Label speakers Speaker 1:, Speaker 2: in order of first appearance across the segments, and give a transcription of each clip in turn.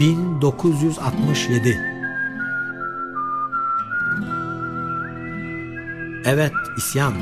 Speaker 1: 1967. Evet, isyan.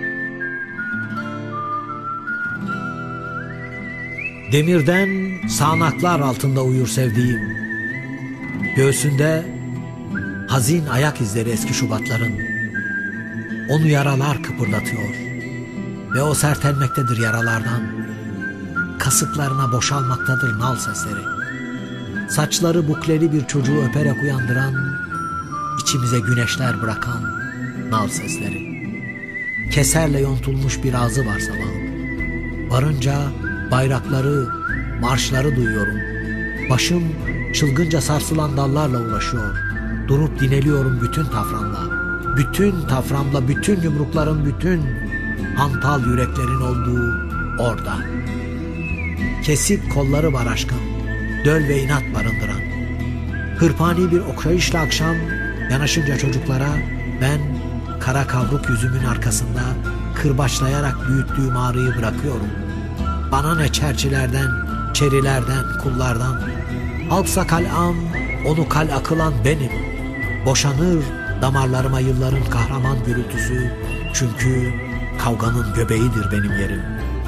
Speaker 1: Demirden sağanaklar altında uyur sevdiğim. Göğsünde hazin ayak izleri eski Şubatların. Onu yaralar kıpırdatıyor ve o sertelmektedir yaralardan. Kasıklarına boşalmaktadır nal sesleri. Saçları bukleli bir çocuğu öperek uyandıran, içimize güneşler bırakan nal sesleri. Keserle yontulmuş bir ağzı var sabahın. Varınca bayrakları, marşları duyuyorum. Başım çılgınca sarsılan dallarla uğraşıyor. Durup dineliyorum bütün taframla. Bütün taframla, bütün yumrukların, bütün hantal yüreklerin olduğu orada. Kesik kolları var aşkın, döl ve inat barındıran. Hırpani bir okşayışla akşam yanaşınca çocuklara ben kara kavruk yüzümün arkasında kırbaçlayarak büyüttüğüm ağrıyı bırakıyorum. Bana ne çerçilerden, çerilerden, kullardan. Halksa kal'am, onu kal akılan benim. Boşanır damarlarıma yılların kahraman gürültüsü. Çünkü kavganın göbeğidir benim yerim.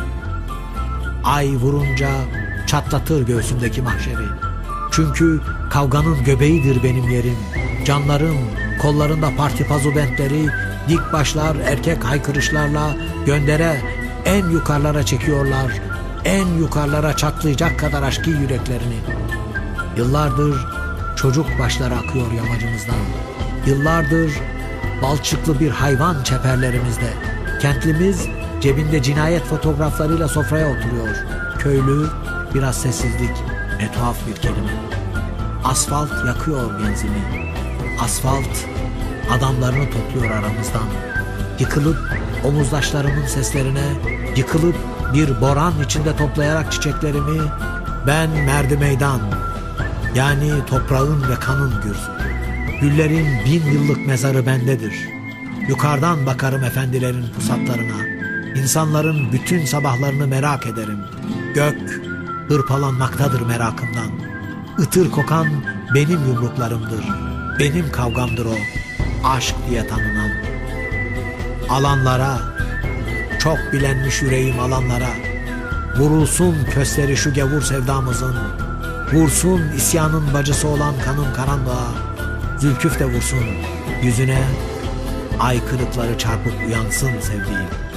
Speaker 1: Ay vurunca çatlatır göğsümdeki mahşeri. Çünkü kavganın göbeğidir benim yerim. Canlarım kollarında partipazu bentleri, dik başlar erkek haykırışlarla göndere en yukarılara çekiyorlar. En yukarılara çatlayacak kadar aşkı yüreklerini. Yıllardır çocuk başları akıyor yamacımızdan. Yıllardır balçıklı bir hayvan çeperlerimizde. Kentlimiz cebinde cinayet fotoğraflarıyla sofraya oturuyor. Köylü, biraz sessizlik, ne tuhaf bir kelime. Asfalt yakıyor benzini. Asfalt adamlarını topluyor aramızdan. Yıkılıp omuzdaşlarımın seslerine, yıkılıp bir boran içinde toplayarak çiçeklerimi, ben merdi meydan, yani toprağın ve kanın gürzü. Güllerin 1000 yıllık mezarı bendedir. Yukarıdan bakarım efendilerin pusatlarına. İnsanların bütün sabahlarını merak ederim. Gök hırpalanmaktadır merakımdan. Itır kokan benim yumruklarımdır. Benim kavgamdır o, aşk diye tanınan. Alanlara, çok bilenmiş yüreğim alanlara. Vurulsun kösteri şu gavur sevdamızın. Vursun isyanın bacısı olan kanım karanlığa. Zülküf de vursun yüzüne. Ay kırıkları çarpıp uyansın sevdiğim.